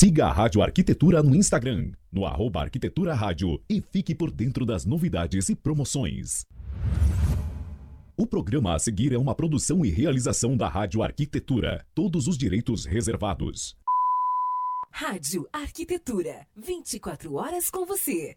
Siga a Rádio Arquitetura no Instagram, no @Arquitetura Rádio, e fique por dentro das novidades e promoções. O programa a seguir é uma produção e realização da Rádio Arquitetura. Todos os direitos reservados. Rádio Arquitetura, 24 horas com você.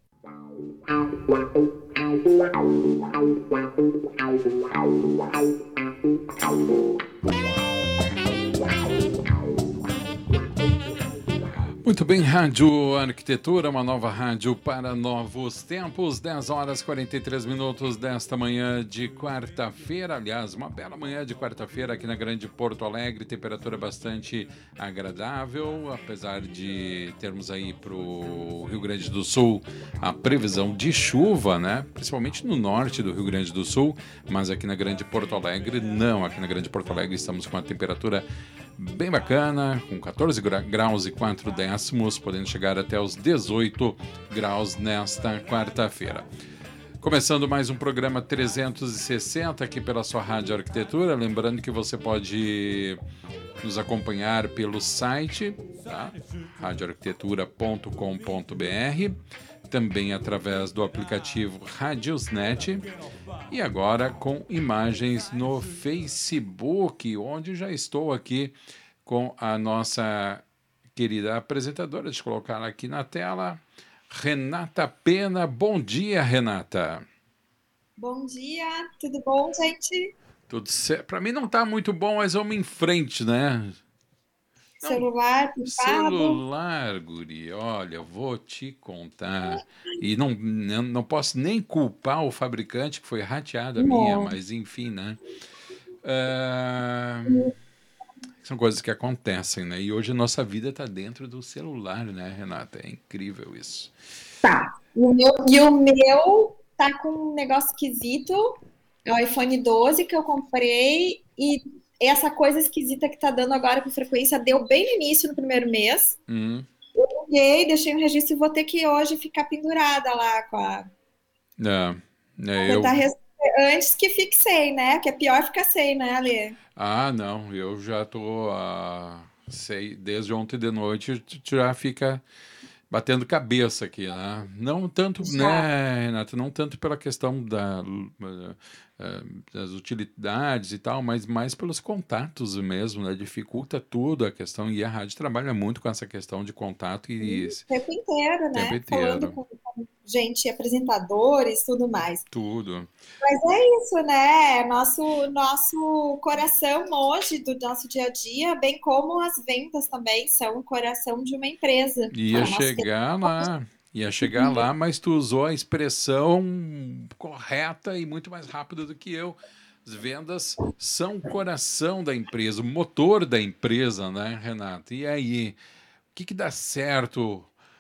Muito bem, Rádio Arquitetura, uma nova rádio para novos tempos, 10 horas 43 minutos desta manhã de quarta-feira, aliás, uma bela manhã de quarta-feira aqui na Grande Porto Alegre, temperatura bastante agradável, apesar de termos aí para o Rio Grande do Sul a previsão de chuva, né? Principalmente no norte do Rio Grande do Sul, mas aqui na Grande Porto Alegre não, aqui na Grande Porto Alegre estamos com uma temperatura bem bacana, com 14 graus e 4 décimos, podendo chegar até os 18 graus nesta quarta-feira. Começando mais um programa 360 aqui pela sua Rádio Arquitetura. Lembrando que você pode nos acompanhar pelo site, tá? radioarquitetura.com.br, também através do aplicativo Radiosnet e agora com imagens no Facebook, onde já estou aqui com a nossa querida apresentadora. Deixa eu colocar aqui na tela, Renata Pena. Bom dia, Renata. Bom dia, tudo bom, gente? Tudo certo. Para mim não está muito bom, mas vamos em frente, né? Celular, pintado. Celular, guri, olha, vou te contar. E não posso nem culpar o fabricante, que foi rateada a minha, mas enfim, né? São coisas que acontecem, né? E hoje a nossa vida está dentro do celular, né, Renata? É incrível isso. Tá. O meu tá com um negócio esquisito. É o iPhone 12 que eu comprei e essa coisa esquisita que tá dando agora com frequência deu bem no início, no primeiro mês. Eu peguei, deixei um registro e vou ter que hoje ficar pendurada lá com a... Antes que fique sem, né? Que é pior ficar sem, né, Ale? Ah, não, eu já tô desde ontem de noite, já fica batendo cabeça aqui, né? Não tanto, né, Renata, não tanto pela questão das utilidades e tal, mas mais pelos contatos mesmo, né? Dificulta tudo a questão, e a rádio trabalha muito com essa questão de contato e... O tempo inteiro, né? Tempo inteiro. Falando com gente, apresentadores, tudo mais. Tudo. Mas é isso, né? Nosso coração hoje do nosso dia a dia, bem como as vendas também, são o coração de uma empresa. Ia chegar lá, mas tu usou a expressão correta e muito mais rápida do que eu. As vendas são o coração da empresa, o motor da empresa, né, Renata? E aí, o que dá certo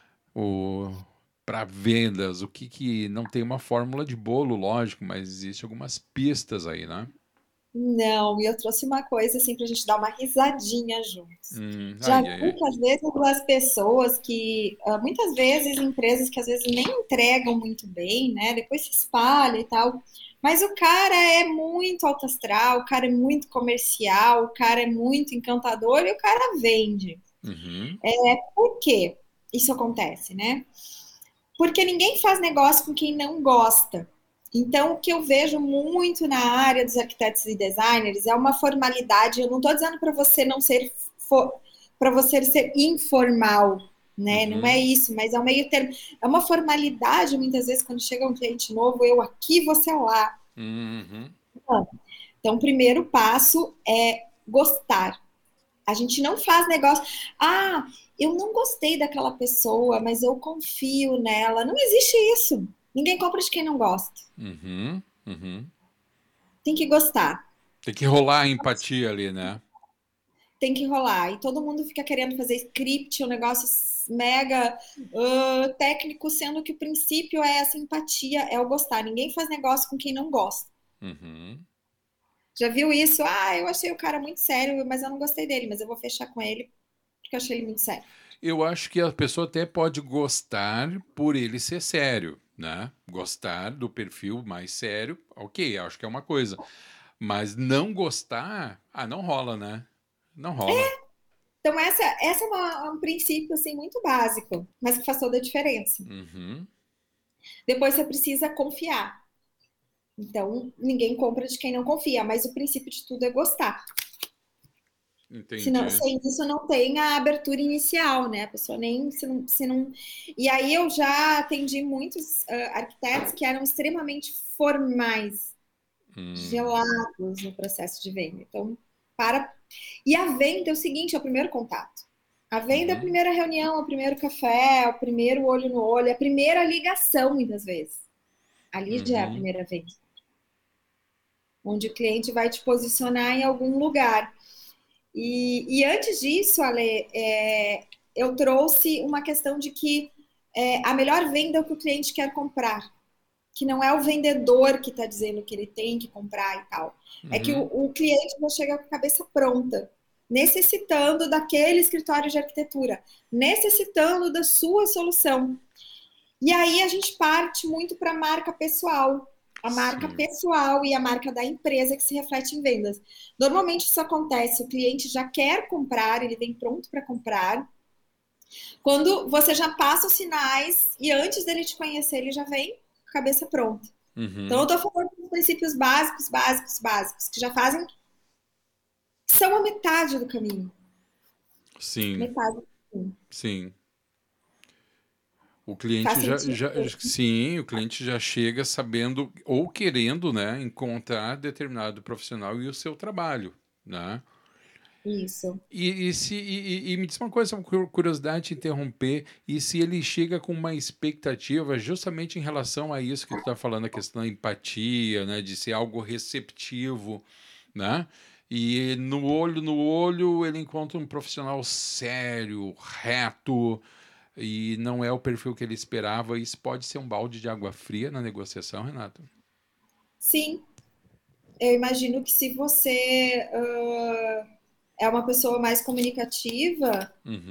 para vendas? O que não tem uma fórmula de bolo, lógico, mas existe algumas pistas aí, né? Não, e eu trouxe uma coisa assim pra gente dar uma risadinha juntos. Já vi que às vezes as pessoas que, muitas vezes empresas que às vezes nem entregam muito bem, né? Depois se espalha e tal. Mas o cara é muito alto astral, o cara é muito comercial, o cara é muito encantador e o cara vende. Por quê isso acontece, né? Porque ninguém faz negócio com quem não gosta. Então, o que eu vejo muito na área dos arquitetos e designers é uma formalidade. Eu não estou dizendo para você não ser para você ser informal, né? Não é isso, mas é um meio termo. É uma formalidade, muitas vezes, quando chega um cliente novo, eu aqui, você lá. Então, o primeiro passo é gostar. A gente não faz negócio. Ah, eu não gostei daquela pessoa, mas eu confio nela. Não existe isso. Ninguém compra de quem não gosta. Tem que gostar. Tem que rolar a empatia ali, né? Tem que rolar. E todo mundo fica querendo fazer script, um negócio mega técnico, sendo que o princípio é essa empatia, é o gostar. Ninguém faz negócio com quem não gosta. Já viu isso? Ah, eu achei o cara muito sério, mas eu não gostei dele, mas eu vou fechar com ele porque eu achei ele muito sério. Eu acho que a pessoa até pode gostar por ele ser sério, né? Gostar do perfil mais sério, ok, acho que é uma coisa. Mas não gostar, não rola, né? Não rola. Então, essa é um princípio, assim, muito básico, mas que faz toda a diferença. Depois você precisa confiar. Então, ninguém compra de quem não confia, mas o princípio de tudo é gostar. Entendi. Sem isso não tem a abertura inicial, né? A pessoa nem se não. E aí eu já atendi muitos arquitetos que eram extremamente formais, gelados no processo de venda. Então, E a venda é o seguinte, é o primeiro contato. A venda é a primeira reunião, é o primeiro café, é o primeiro olho no olho, é a primeira ligação, muitas vezes. Ali já é a primeira venda. Onde o cliente vai te posicionar em algum lugar. E antes disso, Ale, eu trouxe uma questão de que a melhor venda é o que o cliente quer comprar. Que não é o vendedor que está dizendo que ele tem que comprar e tal. É que o cliente já chega com a cabeça pronta, necessitando daquele escritório de arquitetura, necessitando da sua solução. E aí a gente parte muito para a marca pessoal. A marca pessoal e a marca da empresa que se reflete em vendas. Normalmente isso acontece, o cliente já quer comprar, ele vem pronto para comprar. Quando você já passa os sinais e antes dele te conhecer, ele já vem com a cabeça pronta. Então eu estou falando dos princípios básicos, que já fazem... São a metade do caminho. Sim. Metade do caminho. Sim. O cliente sim, o cliente já chega sabendo ou querendo, né, encontrar determinado profissional e o seu trabalho, né? Isso. E me diz uma coisa, uma curiosidade de interromper, e se ele chega com uma expectativa justamente em relação a isso que tu está falando, a questão da empatia, né, de ser algo receptivo, né? E no olho ele encontra um profissional sério, reto, e não é o perfil que ele esperava. Isso pode ser um balde de água fria na negociação, Renato? Sim. Eu imagino que se você é uma pessoa mais comunicativa,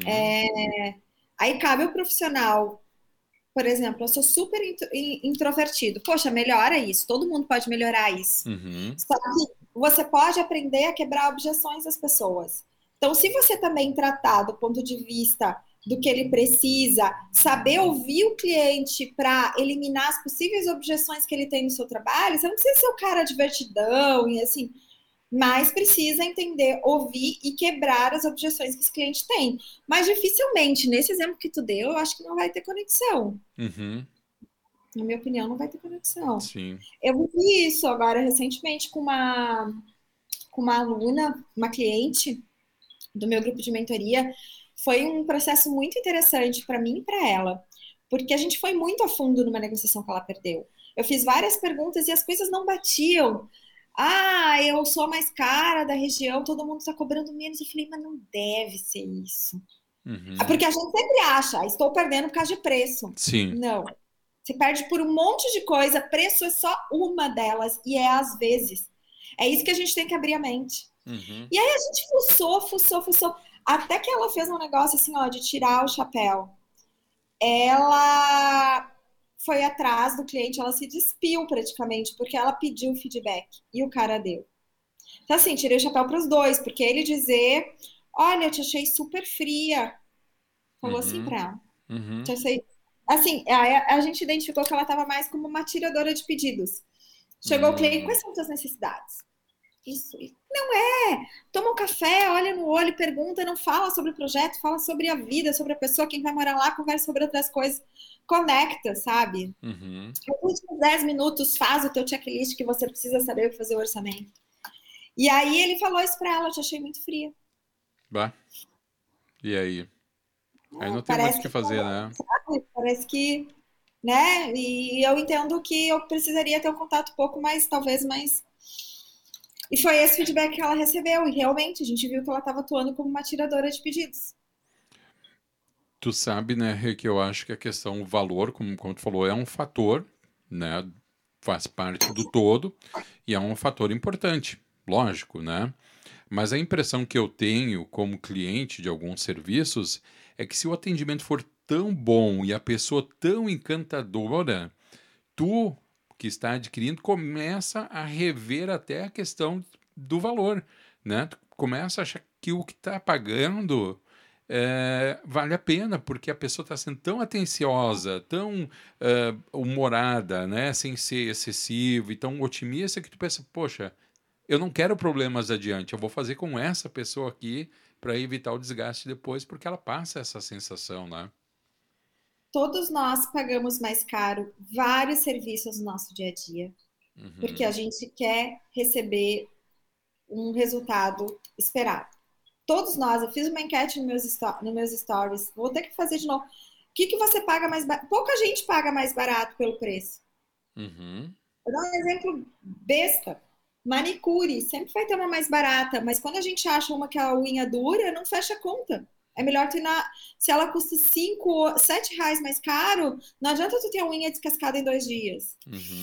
aí cabe o profissional. Por exemplo, eu sou super introvertido. Poxa, melhora isso. Todo mundo pode melhorar isso. Só que você pode aprender a quebrar objeções das pessoas. Então, se você também tratar do ponto de vista do que ele precisa, saber ouvir o cliente para eliminar as possíveis objeções que ele tem no seu trabalho, você não precisa ser o cara divertidão e assim, mas precisa entender, ouvir e quebrar as objeções que esse cliente tem. Mas dificilmente, nesse exemplo que tu deu, eu acho que não vai ter conexão. Na minha opinião, não vai ter conexão. Sim. Eu vi isso agora recentemente com uma aluna, uma cliente do meu grupo de mentoria. Foi um processo muito interessante para mim e para ela, porque a gente foi muito a fundo numa negociação que ela perdeu. Eu fiz várias perguntas e as coisas não batiam. Ah, eu sou a mais cara da região, todo mundo está cobrando menos. Eu falei, mas não deve ser isso. Porque a gente sempre acha, estou perdendo por causa de preço. Sim. Não. Você perde por um monte de coisa, preço é só uma delas, e é às vezes. É isso que a gente tem que abrir a mente. E aí a gente fuçou, até que ela fez um negócio assim, ó, de tirar o chapéu. Ela foi atrás do cliente, ela se despiu praticamente, porque ela pediu feedback e o cara deu. Então, assim, tirei o chapéu para os dois, porque ele dizer, olha, eu te achei super fria. Falou assim pra ela. Te achei... Assim, a gente identificou que ela estava mais como uma tiradora de pedidos. Chegou o cliente, quais são as suas necessidades? Isso. Não é. Toma um café, olha no olho, pergunta, não fala sobre o projeto, fala sobre a vida, sobre a pessoa, quem vai morar lá, conversa sobre outras coisas. Conecta, sabe? Nos últimos 10 minutos, faz o teu checklist que você precisa saber para fazer o orçamento. E aí ele falou isso para ela, eu te achei muito fria. Bah. E aí? Aí não tem muito o que fazer, né? Sabe? Parece que, né? E eu entendo que eu precisaria ter um contato um pouco mais, talvez mais... E foi esse feedback que ela recebeu. E realmente, a gente viu que ela estava atuando como uma tiradora de pedidos. Tu sabe, né, Rê, que eu acho que a questão, o valor, como tu falou, é um fator, né? Faz parte do todo e é um fator importante, lógico, né? Mas a impressão que eu tenho como cliente de alguns serviços é que se o atendimento for tão bom e a pessoa tão encantadora, tu que está adquirindo começa a rever até a questão do valor, né? Tu começa a achar que o que está pagando vale a pena, porque a pessoa está sendo tão atenciosa, tão humorada, né? Sem ser excessivo e tão otimista que tu pensa, poxa, eu não quero problemas adiante, eu vou fazer com essa pessoa aqui para evitar o desgaste depois, porque ela passa essa sensação, né? Todos nós pagamos mais caro vários serviços no nosso dia a dia, porque a gente quer receber um resultado esperado. Todos nós, eu fiz uma enquete nos meus stories, vou ter que fazer de novo. O que você paga mais barato? Pouca gente paga mais barato pelo preço. Vou dar um exemplo besta. Manicure, sempre vai ter uma mais barata, mas quando a gente acha uma que a unha dura, não fecha a conta. É melhor tu ir se ela custa 5, 7 reais mais caro, não adianta tu ter a unha descascada em 2 dias.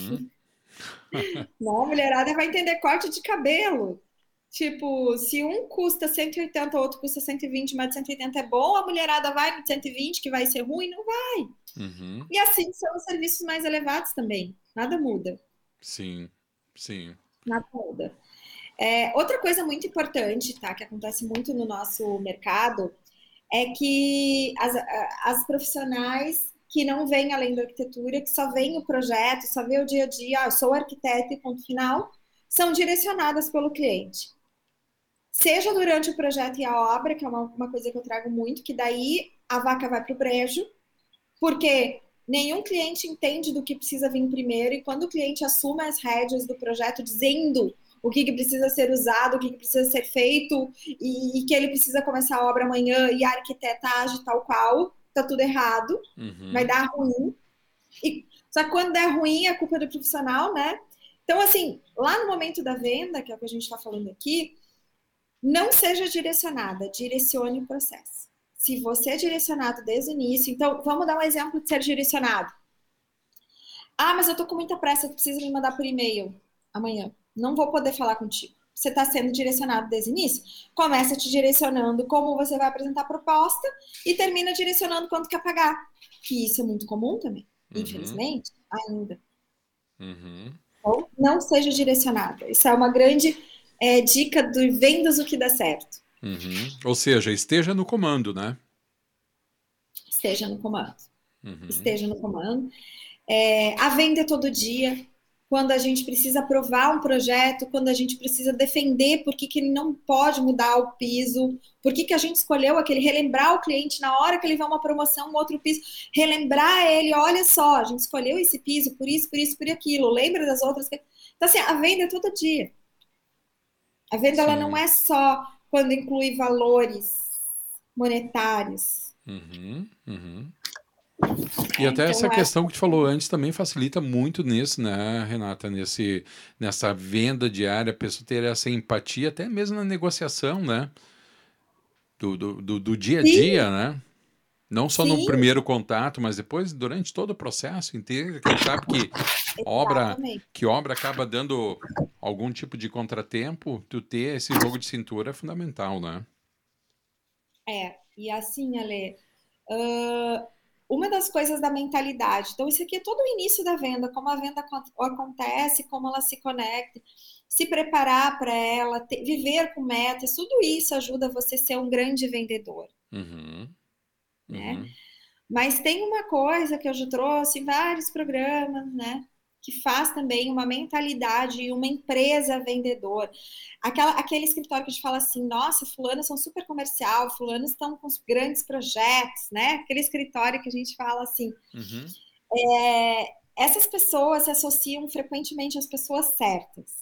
Não, a mulherada vai entender corte de cabelo. Tipo, se um custa 180, o outro custa 120, mas 180 é bom, a mulherada vai no 120, que vai ser ruim, não vai. E assim são os serviços mais elevados também. Nada muda. Sim. Nada muda. Outra coisa muito importante, tá, que acontece muito no nosso mercado, é que as profissionais que não vêm além da arquitetura, que só veem o projeto, só vê o dia a dia, eu sou arquiteta e ponto final, são direcionadas pelo cliente. Seja durante o projeto e a obra, que é uma coisa que eu trago muito, que daí a vaca vai para o brejo, porque nenhum cliente entende do que precisa vir primeiro, e quando o cliente assume as rédeas do projeto, dizendo o que precisa ser usado, o que precisa ser feito, e que ele precisa começar a obra amanhã, e a arquiteta age tal qual, tá tudo errado, vai dar ruim. Só que quando der ruim, a culpa é do profissional, né? Então, assim, lá no momento da venda, que é o que a gente está falando aqui, não seja direcionada, direcione o processo. Se você é direcionado desde o início, então, vamos dar um exemplo de ser direcionado. Mas eu tô com muita pressa, tu precisa me mandar por e-mail amanhã. Não vou poder falar contigo. Você está sendo direcionado desde o início? Começa te direcionando como você vai apresentar a proposta e termina direcionando quanto quer pagar. Que isso é muito comum também, infelizmente, ainda. Então, não seja direcionada. Isso é uma grande dica do vendas o que dá certo. Ou seja, esteja no comando, né? Esteja no comando. Esteja no comando. A venda é todo dia. Quando a gente precisa aprovar um projeto, quando a gente precisa defender por que ele não pode mudar o piso, por que a gente escolheu aquele, relembrar o cliente na hora que ele vê uma promoção, um outro piso, relembrar ele, olha só, a gente escolheu esse piso por isso, por aquilo, lembra das outras. Então, assim, a venda é todo dia. A venda, ela não é só quando inclui valores monetários. E até essa questão que tu falou antes também facilita muito nisso, né, Renata? Nessa venda diária, a pessoa ter essa empatia, até mesmo na negociação, né? Do dia a dia, né? Não só no primeiro contato, mas depois, durante todo o processo inteiro, que a gente sabe que obra acaba dando algum tipo de contratempo, tu ter esse jogo de cintura é fundamental, né? E assim, Ale, uma das coisas da mentalidade, então isso aqui é todo o início da venda, como a venda acontece, como ela se conecta, se preparar para ela, viver com metas, tudo isso ajuda você a ser um grande vendedor. Né? Mas tem uma coisa que eu já trouxe em vários programas, né? Que faz também uma mentalidade e uma empresa vendedora. Aquele escritório que a gente fala assim, nossa, fulanos são super comercial, fulanos estão com grandes projetos, né? Aquele escritório que a gente fala assim. Essas pessoas se associam frequentemente às pessoas certas.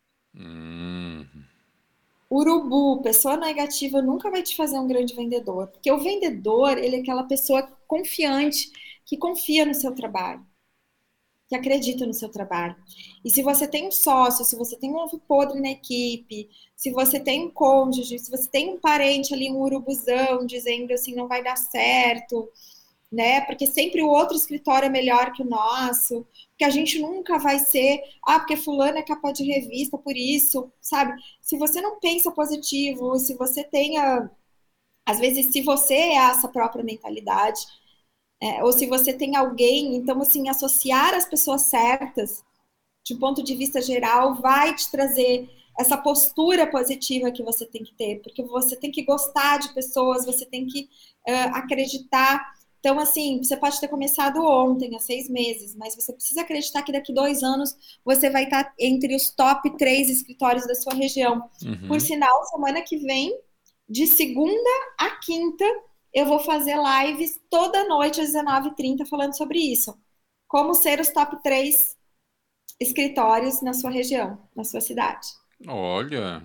Urubu, pessoa negativa, nunca vai te fazer um grande vendedor. Porque o vendedor, ele é aquela pessoa confiante, que confia no seu trabalho, que acredita no seu trabalho. E se você tem um sócio, se você tem um ovo podre na equipe, se você tem um cônjuge, se você tem um parente ali, um urubuzão, dizendo assim, não vai dar certo, né? Porque sempre o outro escritório é melhor que o nosso, porque a gente nunca vai ser, porque fulano é capa de revista, por isso, sabe? Se você não pensa positivo, se você tenha, às vezes, se você é essa própria mentalidade, ou se você tem alguém, então, assim, associar as pessoas certas, de um ponto de vista geral, vai te trazer essa postura positiva que você tem que ter, porque você tem que gostar de pessoas, você tem que acreditar. Então, assim, você pode ter começado ontem, há 6 meses, mas você precisa acreditar que daqui 2 anos você vai estar entre os top 3 escritórios da sua região. Uhum. Por sinal, semana que vem, de segunda a quinta, eu vou fazer lives toda noite às 19h30 falando sobre isso. Como ser os top 3 escritórios na sua região, na sua cidade. Olha.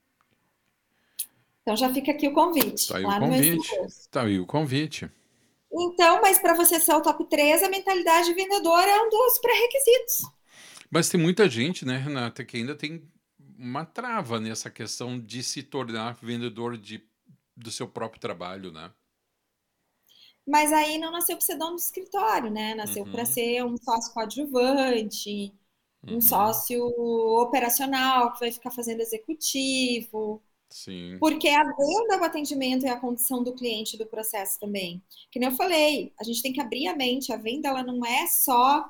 Então já fica aqui o convite. Tá aí lá o no meu convite. Instagram. Tá aí o convite. Então, mas para você ser o top 3, a mentalidade vendedora é um dos pré-requisitos. Mas tem muita gente, né, Renata, que ainda tem uma trava nessa questão de se tornar vendedor do seu próprio trabalho, né? Mas aí não nasceu para ser dono do escritório, né? Nasceu para ser um sócio coadjuvante, um sócio operacional que vai ficar fazendo executivo. Sim. Porque a venda, o atendimento é a condição do cliente do processo também. Que nem eu falei, a gente tem que abrir a mente. A venda, ela não é só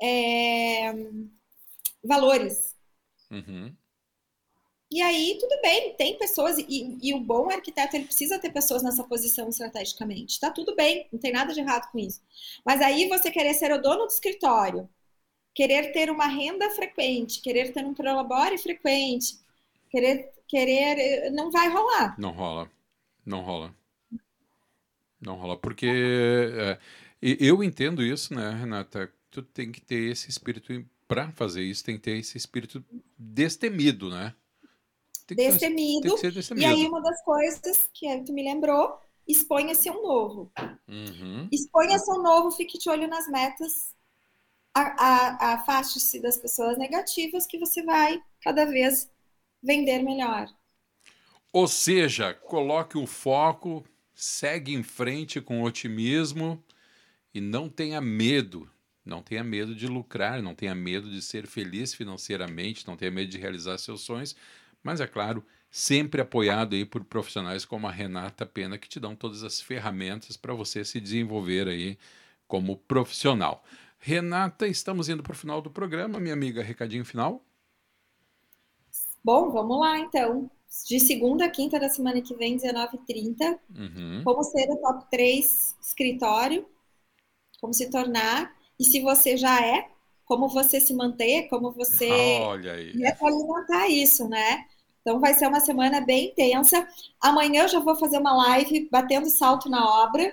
valores. Uhum. E aí, tudo bem, tem pessoas, e o bom arquiteto, ele precisa ter pessoas nessa posição estrategicamente. Tá tudo bem, não tem nada de errado com isso. Mas aí você querer ser o dono do escritório, querer ter uma renda frequente, querer ter um prolabore frequente, querer, não vai rolar. Não rola. Não rola. Não rola, porque eu entendo isso, né, Renata? Tu tem que ter esse espírito, para fazer isso, tem que ter esse espírito destemido, né? Tem que Destemido. ser E destemido. aí, uma das coisas que tu me lembrou, exponha-se um novo. Uhum. Exponha-se um novo, fique de olho nas metas, afaste-se das pessoas negativas que você vai cada vez vender melhor. Ou seja, coloque o foco, segue em frente com otimismo e não tenha medo. Não tenha medo de lucrar, não tenha medo de ser feliz financeiramente, não tenha medo de realizar seus sonhos, mas é claro, sempre apoiado aí por profissionais como a Renata Pena, que te dão todas as ferramentas para você se desenvolver aí como profissional. Renata, estamos indo para o final do programa, minha amiga, recadinho final? Bom, vamos lá então. De segunda a quinta da semana que vem, 19h30, como ser o top 3 escritório, como se tornar, e se você já é, como você se manter, como você Olha aí. alimentar isso, né? Então vai ser uma semana bem intensa. Amanhã eu já vou fazer uma live batendo salto na obra.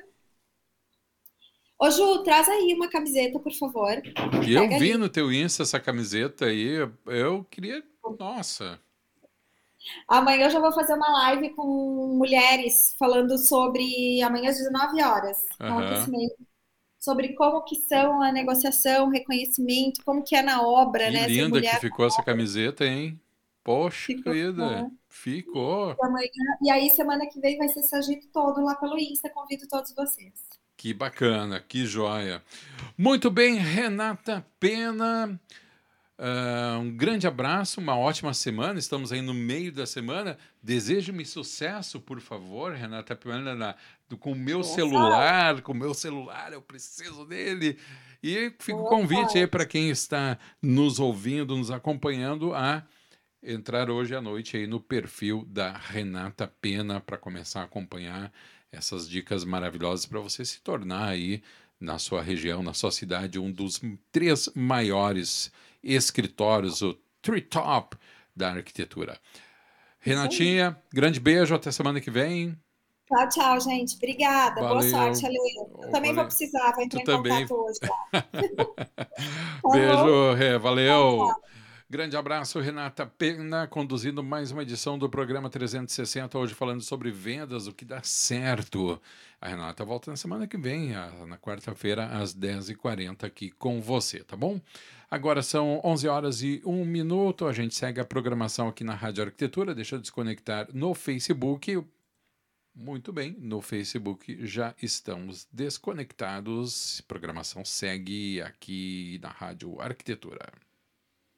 Ô Ju, traz aí uma camiseta, por favor. Eu vi ali no teu Insta essa camiseta aí, eu queria... Nossa! Amanhã eu já vou fazer uma live com mulheres falando sobre amanhã às 19 horas, no aquecimento, sobre como que são a negociação, reconhecimento, como que é na obra, Que né? Ser linda mulher que ficou essa camiseta, hein? Poxa vida, ficou. E aí, semana que vem vai ser esse agito todo lá pelo Insta. Convido todos vocês. Que bacana, que joia. Muito bem, Renata Pena. Um grande abraço, uma ótima semana. Estamos aí no meio da semana. Desejo-me sucesso, por favor, Renata Pena, com o meu celular. Com o meu celular, eu preciso dele. E fica o convite aí para quem está nos ouvindo, nos acompanhando, a entrar hoje à noite aí no perfil da Renata Pena para começar a acompanhar essas dicas maravilhosas para você se tornar aí na sua região, na sua cidade, um dos 3 maiores escritórios, o top da arquitetura. Renatinha, grande beijo, até semana que vem. Tchau, tchau, gente. Obrigada. Valeu. Boa sorte, Ale. Eu também vou precisar, vou entrar em contato hoje. Beijo, Rê, valeu. Tchau. Grande abraço, Renata Pena, conduzindo mais uma edição do programa 360, hoje falando sobre vendas, o que dá certo. A Renata volta na semana que vem, na quarta-feira, às 10h40, aqui com você, tá bom? Agora são 11h01, a gente segue a programação aqui na Rádio Arquitetura, deixa eu desconectar no Facebook. Muito bem, no Facebook já estamos desconectados, a programação segue aqui na Rádio Arquitetura.